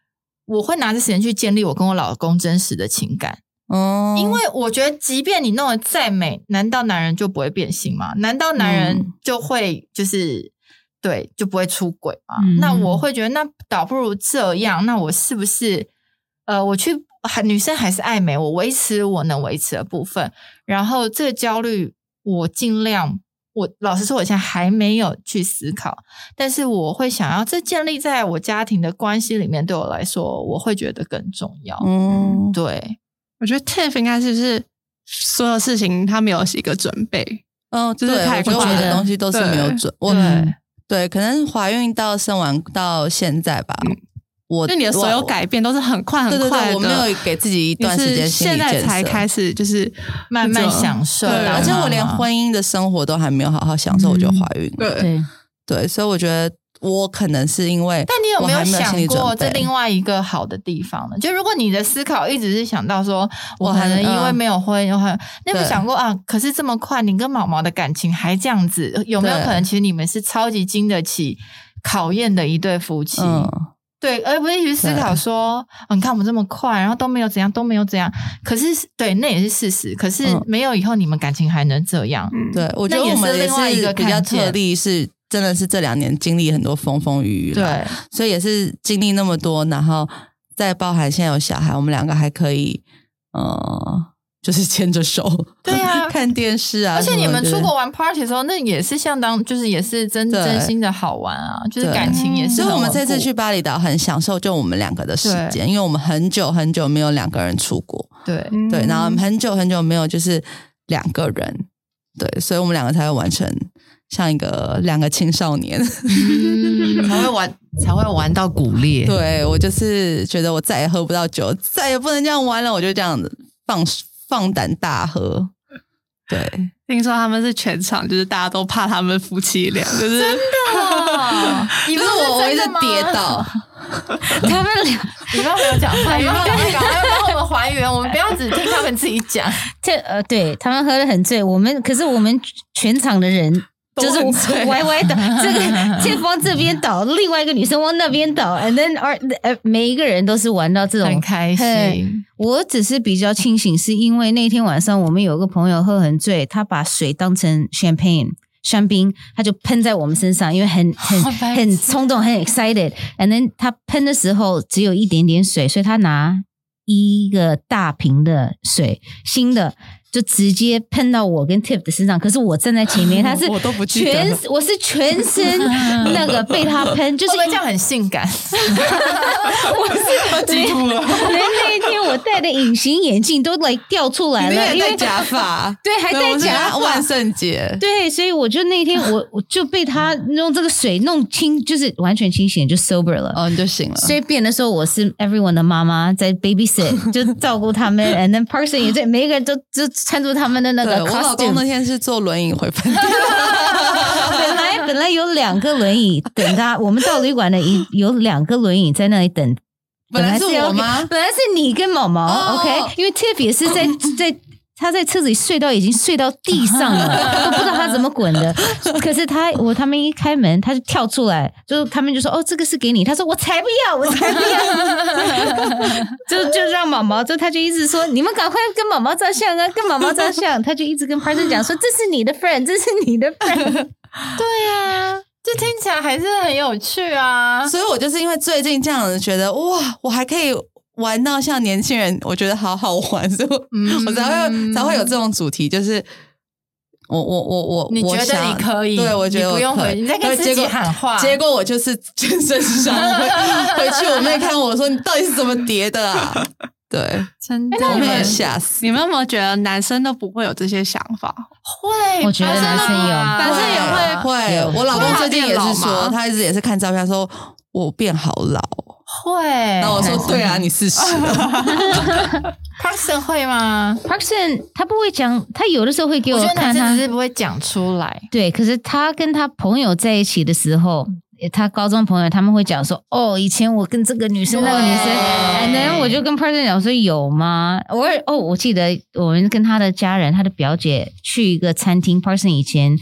我会拿着时间去建立我跟我老公真实的情感。
哦，
因为我觉得即便你弄得再美，难道男人就不会变心吗？难道男人就会就是、嗯、对就不会出轨吗、嗯、那我会觉得那倒不如这样，那我是不是呃我去女生还是爱美，我维持我能维持的部分，然后这个焦虑我尽量，我老实说我现在还没有去思考，但是我会想要这建立在我家庭的关系里面，对我来说我会觉得更重要。嗯，对，
我觉得 Tiff 应该是是所有事情他没有一个准备，
嗯，
就是太
快的东西都是没有准，我
对
对，可能怀孕到生完到现在吧。嗯，我
就你的所有改变都是很快很快的，
对对对，我没有给自己一段时间心理建设，
现在才开始就是
慢慢享受，
而且我连婚姻的生活都还没有好好享受，我就怀孕了。
对
对
对，所以我觉得我可能是因为，
但你有没有想过
这
另外一个好的地方呢？就如果你的思考一直是想到说，我可能因为没有婚姻，嗯、你有没有想过啊？可是这么快，你跟毛毛的感情还这样子，有没有可能其实你们是超级经得起考验的一对夫妻？嗯，对，而不是一直思考说，哦，你看我们这么快，然后都没有怎样，都没有怎样。可是，对，那也是事实。可是没有以后，你们感情还能这样？
嗯、对，我觉得我们也是一个比较特例，是真的是这两年经历很多风风雨雨，
对，
所以也是经历那么多，然后再包含现在有小孩，我们两个还可以，呃。就是牵着手，
对啊，
看电视啊，
而且你们出国玩 party 的时候，那也是相当，就是也是真真心的好玩啊，就是感情也是。
所以我们这次去巴厘岛很享受，就我们两个的时间，因为我们很久很久没有两个人出国，
对
对，然后很久很久没有就是两个人，对，所以我们两个才会完成像一个两个青少年，
嗯、才会玩才会玩到骨裂。
对，我就是觉得我再也喝不到酒，再也不能这样玩了，我就这样子放。放胆大喝，对，
听说他们是全场，就是大家都怕他们夫妻俩，就是
真的、哦，
你不是我，我一直跌倒，
他们俩，
你刚刚没有讲话，你刚刚赶快帮我们还原，我们不要只听他们自己讲。
这呃，对他们喝得很醉，我们可是我们全场的人。就是歪歪的，这个Tiff往这边倒，另外一个女生往那边倒 ，and then 呃每一个人都是玩到这种
很开心。
我只是比较清醒，是因为那天晚上我们有个朋友喝很醉，他把水当成 champagne 香槟，他就喷在我们身上，因为很很很冲动，很 excited。and then 他喷的时候只有一点点水，所以他拿一个大瓶的水，新的。就直接喷到我跟 Tiff 的身上，可是我站在前面，他是
我都不记得
全，我是全身那个被他喷，就是
会不会这样很性感？
我是
激突了，
连那一天我戴的隐形眼镜都来掉出来了，
因为戴假发，
对，还戴假发，
万圣节，
对，所以我就那天我我就被他用这个水弄清，就是完全清醒，就 sober 了，
哦，你就醒了。
所以变的时候，我是 everyone 的妈妈，在 babysit 就照顾他们，and then Parson 也在，每一个人都就。穿着他们的那个 costume，
我老公那天是坐轮椅回饭店。
本来本来有两个轮椅等他，我们到旅馆的有两个轮椅在那里等。
本来是我吗？
本来是你跟毛毛、oh. ，OK， 因为 Tiff 也是在在。他在车子里睡到已经睡到地上了，都不知道他怎么滚的。可是他我他们一开门，他就跳出来，就他们就说：“哦，这个是给你。”他说：“我才不要，我才不要。”就就让毛毛，就他就一直说：“你们赶快跟毛毛照相啊，跟毛毛照相。”他就一直跟 Parson 讲说：“这是你的 friend， 这是你的 friend。”
对啊，这听起来还是很有趣啊。
所以我就是因为最近这样子觉得，哇，我还可以。玩到像年轻人，我觉得好好玩，所以我、嗯、我才会才会有这种主题，就是我我我我，
你觉得你可以？
对，我觉得我可以，
你不用回，你在跟自己喊话。
结果我就是全身伤，回去我妹看我说：“你到底是怎么叠的啊？”对，
真的，
我妹也吓死。
你们有没有觉得男生都不会有这些想法？
会，
我觉得男生有，
男生也会
会。我老公最近也是说，他一直也是看照片说，我变好老。
会，
然后我说对啊，你四十了。
Parson 会吗
？Parson 他不会讲，他有的时候会给我看，他
只是不会讲出来。
对，可是他跟他朋友在一起的时候，他高中朋友他们会讲说，哦，以前我跟这个女生那个女生，然后我就跟 Parson 讲说有吗？我哦，我记得我们跟他的家人，他的表姐去一个餐厅 ，Parson 以前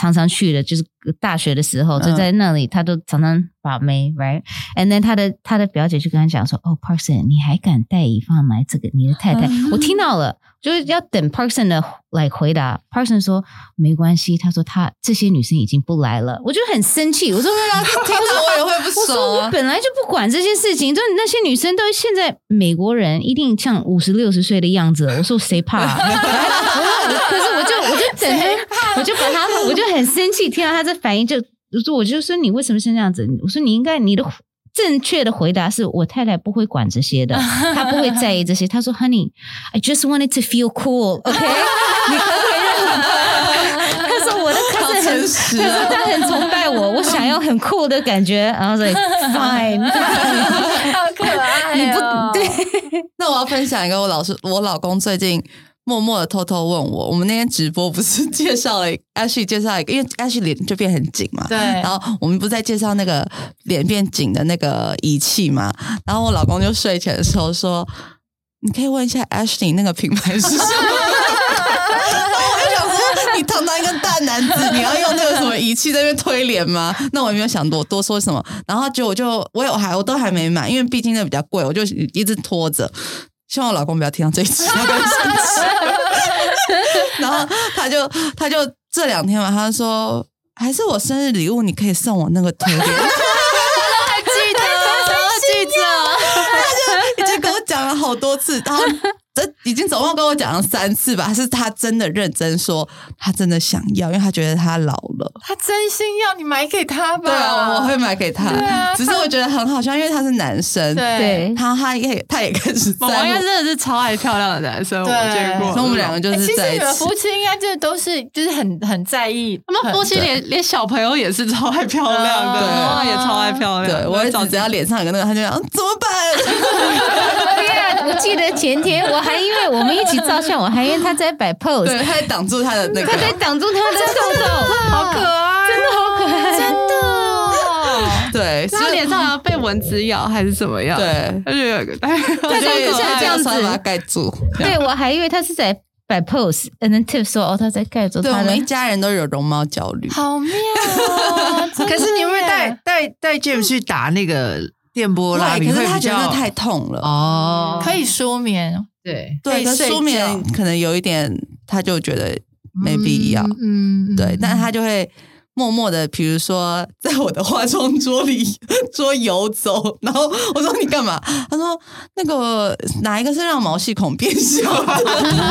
常常去的，就是大学的时候就在那里，他都常常把妹 ，right？And then 他的他的表姐就跟他讲说：“哦 ，Parkson， 你还敢带以放来这个你的太太？”我听到了。就是要等 Parkson 的来回答 ，Parkson 说没关系，他说他这些女生已经不来了，我就很生气，我说
听到我也会不爽、啊。
我说我本来就不管这些事情，就那些女生都现在美国人一定像五十六十岁的样子，我说谁怕、啊？可是我就我就等他，我就把他，我就很生气，听到他这反应就，我说我就说你为什么是这样子？我说你应该你的。正确的回答是我太太不会管这些的，她不会在意这些。她说 ，Honey, I just wanted to feel cool, OK？ 你可不可以让我？她说我的 cousin 很，她说她很崇拜我，我想要很酷的感觉。然后说 Fine，
好可爱、哦。
你不对？
那我要分享一个我老师，我老公最近。默默的偷偷问我，我们那天直播不是介绍了 Ashley 介绍一个，因为 Ashley 脸就变很紧嘛，
对，
然后我们不是在介绍那个脸变紧的那个仪器嘛，然后我老公就睡前的时候说，你可以问一下 Ashley 那个品牌是什么？然后我就想说，你堂堂一个大男子，你要用那个什么仪器在那边推脸吗？那我也没有想多多说什么，然后就我就我有还我都还没买，因为毕竟那比较贵，我就一直拖着。希望我老公不要听到这一集，他更生气。然后他就他就这两天嘛，他说还是我生日礼物，你可以送我那个推脸。
还记得，记得，
他就已经跟我讲了好多次，然后这已经总共跟我讲了三次吧。是他真的认真说，他真的想要，因为他觉得他老了。
他真心要你买给他吧？
对啊，我会买给他。
啊、
只是我觉得很好笑，因为他是男生，
对，
他他也他也开始在乎。
我应该真的是超爱漂亮的男生，我见过。
所以我们两个就是在一起。
欸、其实你们夫妻应该就都是就是很很在意，
他们夫妻连连小朋友也是超爱漂亮的，对，也超爱漂亮。
对，我儿子只要脸上有个那个，他就讲怎么办？
对啊，我记得前天我还因为我们一起照相，我还因为他在摆 pose，
对，他在挡住他的那个，
他在挡住他的痘痘，
好可爱，
真的好可爱，
真的。
对，
他脸上好像被蚊子咬还是怎么样？
对，
他就有一个，他
就
像这样子
把它盖住。
对，我还以为他是在摆 pose，and then Tiff 说哦他在盖住他的。
对，我们一家人都有容貌焦虑，
好妙哦！
可是你会带带带 James 去打那个电波拉皮，
可是他
会比较
觉得太痛了
哦，
可以舒眠，
对
对，可是舒眠可能有一点，他就觉得没必要，
嗯，
对，但他就会。默默的，比如说在我的化妆桌里桌游走，然后我说你干嘛？他说那个哪一个是让毛细孔变小的？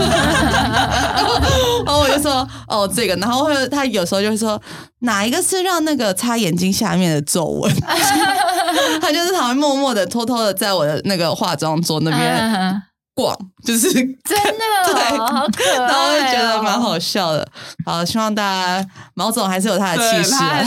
然后我就说哦这个，然后他有时候就会说哪一个是让那个擦眼睛下面的皱纹？他就是他会默默的、偷偷的在我的那个化妆桌那边。逛就是
真的
对，
好可爱、哦，
然后就觉得蛮好笑的。好，希望大家毛总还是有他的气势啊。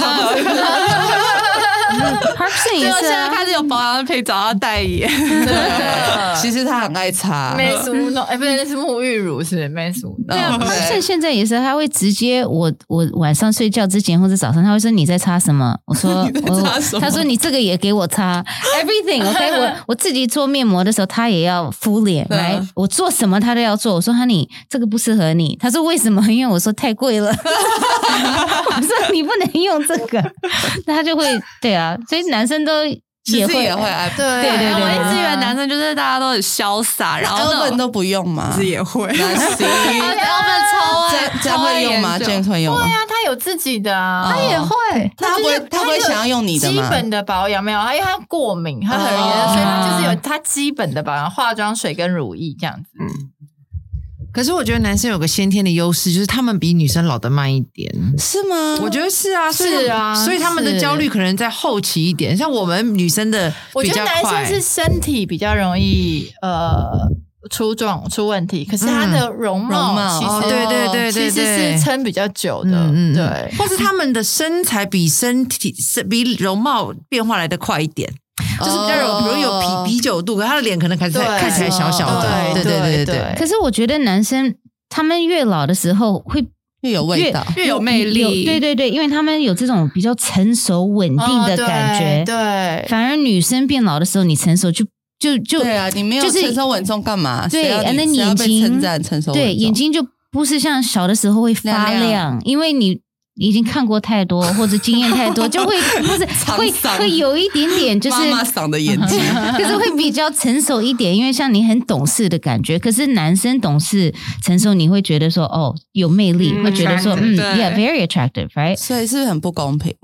Parkson 也是、啊，
现在开始有保养可以找他代言。
对，其实他很爱擦
美苏弄，哎，不是，那是沐浴乳，是美苏。
对啊 ，Parkson 现在也是，他会直接我我晚上睡觉之前或者早上，他会说你在擦什么？我说我，他说你这个也给我擦 ，everything OK 我。我我自己做面膜的时候，他也要敷脸。来，我做什么他都要做。我说 Honey， 这个不适合你。他说为什么？因为我说太贵了。我说你不能用这个，那他就会对啊，所以男生都也会
也会爱，
对
对对对。
我一直以为男生就是大家都很潇洒，然后
根本都不用嘛，
其实也会。
那行，
他们超爱，
这样会用吗？这样会用吗？
对啊，他有自己的啊，
他也会，
他不会，他不会想要用你的吗？
基本的保养没有，因为他过敏，他很严，所以他就是有他基本的保养，化妆水跟乳液这样子。
嗯。可是我觉得男生有个先天的优势，就是他们比女生老得慢一点，
是吗？
我觉得是啊，
是啊，
所以他们的焦虑可能在后期一点。像我们女生的比较快，
我觉得男生是身体比较容易呃出状出问题，可是他的容貌其实、
嗯哦、对对对对对，
其实是撑比较久的，
嗯嗯
对，
或是他们的身材比身体比容貌变化来得快一点。就是比较有，比如有啤啤酒肚，可他的脸可能看起来看起来小小的，对对对对对。
可是我觉得男生他们越老的时候会
越有味道，
越有魅力。
对对对，因为他们有这种比较成熟稳定的感觉。
哦、对, 对，
反而女生变老的时候，你成熟就就就
对啊，你没有成熟稳重干嘛？
对，
那
你眼睛
称赞成熟，
对眼睛就不是像小的时候会发亮，
亮亮
因为你。 已经看过太多或者经验太多，就会不是会会有一点点就是
妈妈嗓的眼睛，
可是会比较成熟一点，因为像你很懂事的感觉。可是男生懂事成熟，你会觉得说哦有魅力，嗯、会觉得说嗯 ，yeah very attractive right？
所以是不是很不公平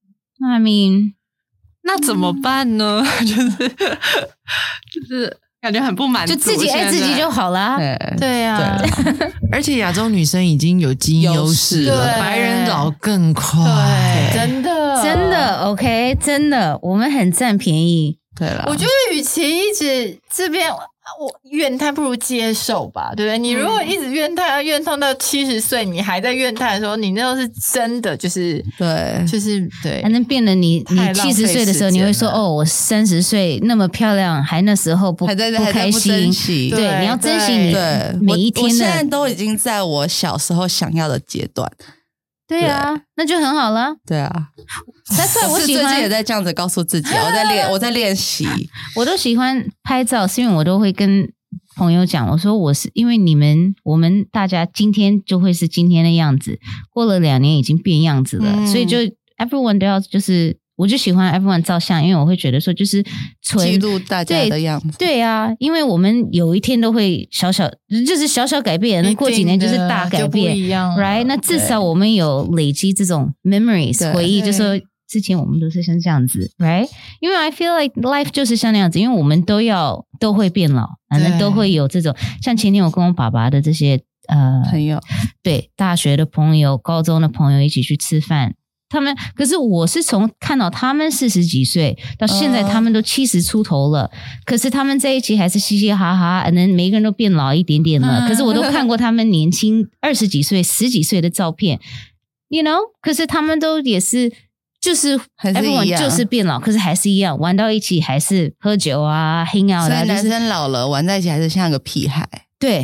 ？I mean，
那怎么办呢？就是就是。感觉很不满足，
就自己爱自己就好了。
对啊，
对而且亚洲女生已经有基因优势了，白人老更快，
对，真的
真的 OK， 真的，我们很占便宜。
对了，
我觉得与其一直这边我怨叹，不如接受吧，对不对？你如果一直怨叹，怨叹到七十岁，你还在怨叹的时候，你那时候是真的就是
对，
就是对，
还能变得你你七十岁的时候，你会说哦，我三十岁那么漂亮，还那时候不
还在
不开心，
对，
对，你要珍惜你
对
每一天的。
我现在都已经在我小时候想要的阶段。
对啊，那就很好了。
对啊，
但是我喜欢，
最近也在这样子告诉自己，我在练，我在练习。
我都喜欢拍照，是因为我都会跟朋友讲，我说我是因为你们，我们大家今天就会是今天的样子，过了两年已经变样子了，嗯、所以就 everyone 都要就是。我就喜欢 everyone 照相，因为我会觉得说，就是
记录大家的样子。
对，对啊，因为我们有一天都会小小，就是小小改变，那过几年就是大改变，right？ 那至少我们有累积这种 memories 回忆，就说之前我们都是像这样子 ，right？ 因为 I feel like life 就是像那样子，因为我们都要都会变老，反正都会有这种。像前天我跟我爸爸的这些呃
朋友，
对，大学的朋友、高中的朋友一起去吃饭。他们可是我是从看到他们四十几岁到现在，他们都七十出头了，可是他们在一起还是嘻嘻哈哈，可能每个人都变老一点点了。可是我都看过他们年轻二十几岁、十几岁的照片 ，you know？ 可是他们都也是就是
还是一样，
就是变老，可是还是一样玩到一起，还是喝酒啊、hang out 啊。
所以男生老了玩在一起还是像个屁孩。
对。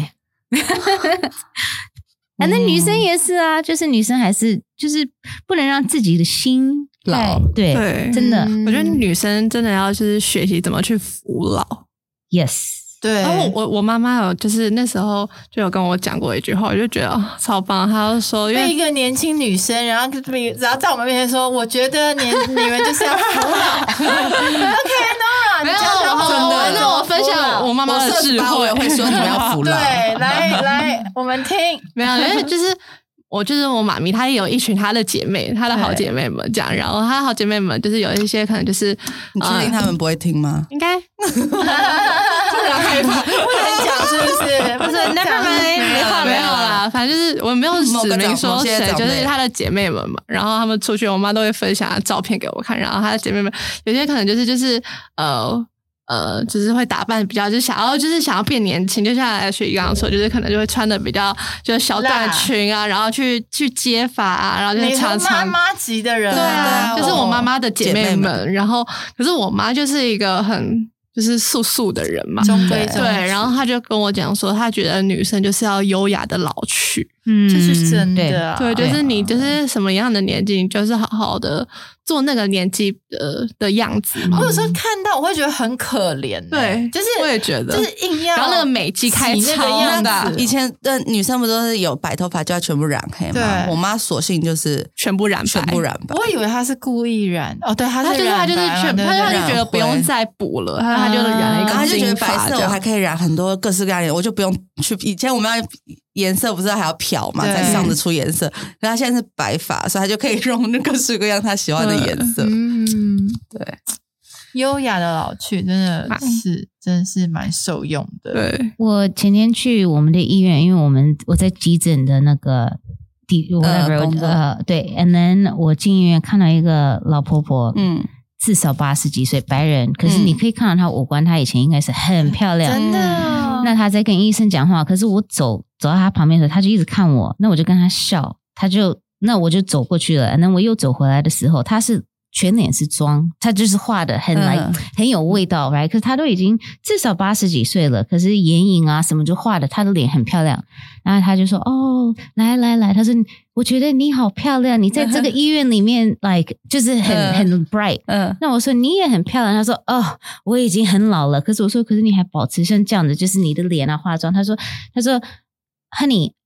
啊，那女生也是啊，就是女生还是就是不能让自己的心
老，
对，
对，
真的，
我觉得女生真的要就是学习怎么去服老。
Yes，
对。
然后我我妈妈有就是那时候就有跟我讲过一句话，我就觉得、哦、超棒。她就说，因为
一个年轻女生，然后只要在我们面前说，我觉得年你们就是要服老。OK，Nora，
没有，我那我分享我妈妈的智慧，
我也会说你们要服老。
对，来来，我们听。
没有，因为就是我就是我妈咪，她也有一群她的姐妹，她的好姐妹们这样，然后她好姐妹们就是有一些可能就是，
你确定他们不会听吗？
应该。
突然害怕，不能讲是不是？不是 ，never mind，
没有没有啦，反正就是我没有指明说谁，就是她的姐妹们嘛。然后她们出去，我妈都会分享照片给我看。然后她的姐妹们有些可能就是就是呃。呃，就是会打扮比较，就是想要，就是想要变年轻，就像来雪姨刚刚说，就是可能就会穿的比较，就是小短裙啊，然后去去接发啊，然后就是常常
妈妈级的人，
对啊，就是我妈妈的姐妹们。妹妹然后，可是我妈就是一个很就是素素的人嘛，
中规中矩。
对，然后她就跟我讲说，她觉得女生就是要优雅的老去，
嗯，
这是真的、啊，
对，就是你就是什么样的年纪，你就是好好的。做那个年纪的的样子嘛，
我有时候看到我会觉得很可怜、欸，
对，
就是
我也觉得，
就是硬要，
然后那个美肌开超
大，以前的女生不都是有白头发就要全部染黑吗？我妈索性就是
全部染白，
全部染白。
我以为她是故意染，哦，对，她是
就是她就是全，她她就觉得不用再补了，她她就染了一个金发，
她就觉得白色我还可以染很多各式各样的，我就不用去。以前我们要颜色不是还要漂嘛，才上得出颜色，然后她现在是白发，所以她就可以用各式各样她喜欢的颜色。
嗯，
对，
优雅的老去真的是真的是蛮受用的。
对，
我前天去我们的医院，因为我们我在急诊的那个地 whatever 呃, 呃对 ，and then 我进医院看到一个老婆婆，
嗯，
至少八十几岁，白人，可是你可以看到她五官，她以前应该是很漂亮，
真的、哦。
那她在跟医生讲话，可是我走走到她旁边的时候，她就一直看我，那我就跟她笑，她就那我就走过去了，那我又走回来的时候，她是。全脸是妆，她就是画的很来、嗯、很有味道 right？ 可是她都已经至少八十几岁了，可是眼影啊什么就画的，她的脸很漂亮。然后她就说：“哦，来来来，她说我觉得你好漂亮，你在这个医院里面 like 就是很、嗯、很 bright。”嗯，那我说你也很漂亮，她说：“哦，我已经很老了。”可是我说：“可是你还保持像这样子，就是你的脸啊化妆。”她说：“她说 ，Honey。”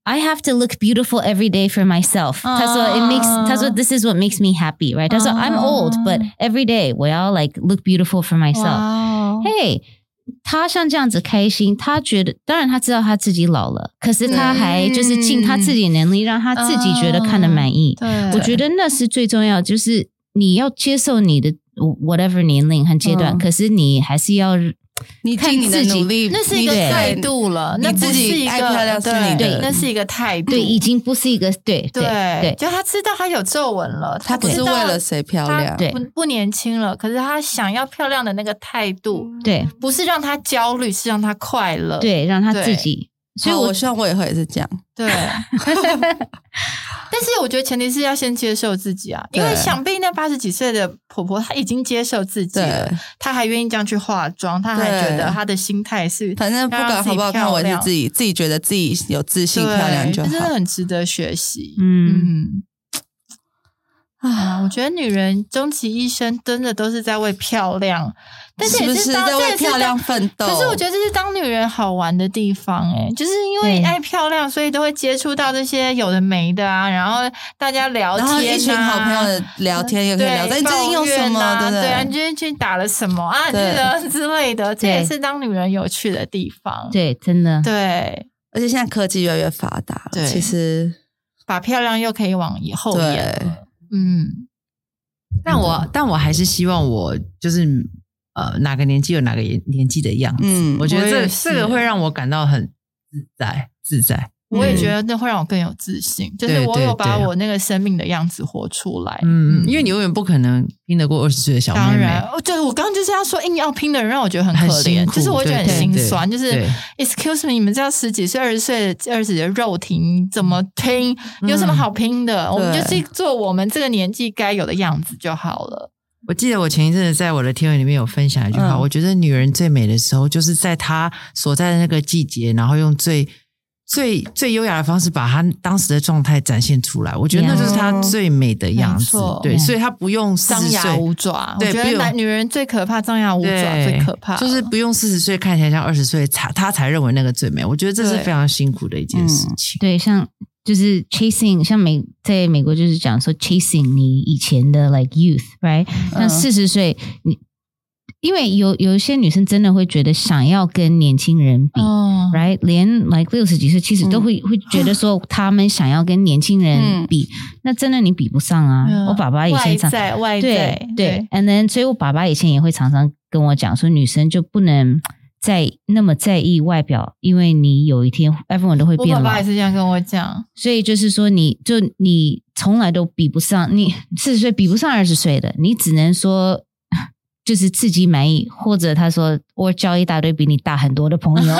I have to look beautiful every day for myself. 他说 it makes 他说 this is what makes me happy, right? 他说 I'm old, but every day 我要 like look beautiful for myself. Hey, 他像这样子开心，他觉得当然他知道他自己老了，可是他还就是尽他自己的能力，让他自己觉得看得满意。我觉得那是最重要，就是你要接受你的 whatever 年龄和阶段，可是你还是要。
你尽你的努力，
那是一个态度了。那不是一个
爱漂亮是你的，
那是一个态度，
对，已经不是一个对
对
对。
就他知道他有皱纹了，
他不是为了谁漂亮，
对，不不年轻了。可是他想要漂亮的那个态度，
对，
不是让他焦虑，是让他快乐，
对，让他自己。
所以我希望我以后也是这样，
对。但是我觉得前提是要先接受自己啊，因为想必那八十几岁的婆婆她已经接受自己了，她还愿意这样去化妆，她还觉得她的心态是
反正不管好不好看，我是自己自己觉得自己有自信漂亮就好，
真的很值得学习。
嗯
嗯啊，我觉得女人终其一生真的都是在为漂亮，但是也是当
在为漂亮奋斗。
可是我觉得这是当女人好玩的地方哎、欸，就是因为爱漂亮，所以都会接触到这些有的没的啊，然后大家聊天、啊，然后
一群好朋友的聊天也可以聊，哎，你最近用什么？对不对？
对啊，你最近去打了什么啊？这个之类的，这也是当女人有趣的地方。
对，真的
对，
而且现在科技越来越发达，对，其实
把漂亮又可以往以后延了。嗯，
但我但我还是希望我就是呃哪个年纪有哪个年纪的样子。嗯，我觉得这这个会让我感到很自在自在。
我也觉得那会让我更有自信，嗯、就是我有把我那个生命的样子活出来。
嗯，因为你永远不可能拼得过二十岁的小妹妹。
当然，对，我刚刚就是要说硬要拼的人让我觉得很可怜，就是我会觉得很心酸。就是 excuse me， 你们知道十几岁、二十岁的二十的肉体你怎么拼？有什么好拼的？嗯、我们就是做我们这个年纪该有的样子就好了。
我记得我前一阵子在我的贴文里面有分享一句话，嗯、我觉得女人最美的时候，就是在她所在的那个季节，然后用最。最最优雅的方式把她当时的状态展现出来，我觉得那就是她最美的样子。对，所以她不用
张牙舞爪。对，我觉得男女人最可怕，张牙舞爪最可怕，
就是不用四十岁看起来像二十岁，她才认为那个最美。我觉得这是非常辛苦的一件事情。
嗯、对，像就是 chasing， 像美在美国就是讲说 chasing 你以前的 like youth，right？、嗯、像四十岁你。因为有有一些女生真的会觉得想要跟年轻人比、oh. ，right？ 连 like 六十几岁其实都会、嗯、会觉得说他们想要跟年轻人比，嗯、那真的你比不上啊！嗯、我爸爸以前常
外在外在
对对 ，and then 所以我爸爸以前也会常常跟我讲说，女生就不能在那么在意外表，因为你有一天 everyone 都会变老。
我爸爸也是这样跟我讲，
所以就是说你就你从来都比不上，你四十岁比不上二十岁的，你只能说。就是自己满意，或者他说我交一大堆比你大很多的朋友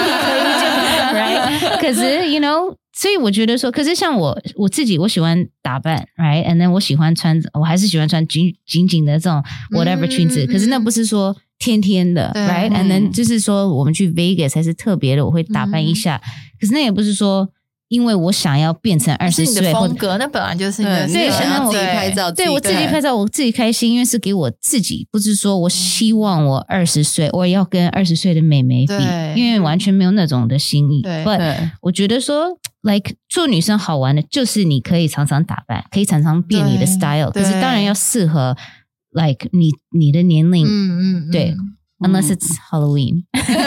，right？ 可是 you know， 所以我觉得说，可是像我我自己，我喜欢打扮 ，right？And then 我喜欢穿，我还是喜欢穿紧紧紧的这种 whatever 裙子，嗯、可是那不是说天天的 ，right？And then 就是说我们去 Vegas 还是特别的，我会打扮一下，嗯、可是那也不是说。因为我想要变成二十岁，
你的风格那本来就是你的，
对，想要自己拍照，
对我自己拍照，我自己开心，因为是给我自己，不是说我希望我二十岁，我要跟二十岁的妹妹比，因为完全没有那种的心意。
对，
我觉得说 ，like 做女生好玩的，就是你可以常常打扮，可以常常变你的 style， 可是当然要适合 like 你你的年龄，
嗯嗯，
对。Unless it's Halloween，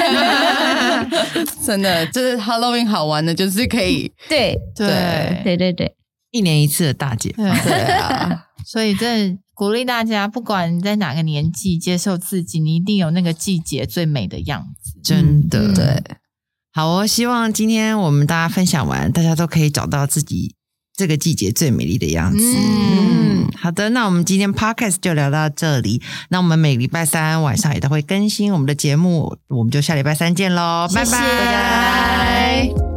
真的就是 Halloween 好玩的，就是可以
对
对
对对对，
一年一次的大解放，
对啊，
所以这鼓励大家，不管你在哪个年纪，接受自己，你一定有那个季节最美的样子，
真的、
嗯、对。
好哦，希望今天我们大家分享完，大家都可以找到自己这个季节最美丽的样子。嗯，好的，那我们今天 podcast 就聊到这里。那我们每礼拜三晚上也都会更新我们的节目，我们就下礼拜三见咯，拜拜。
拜拜。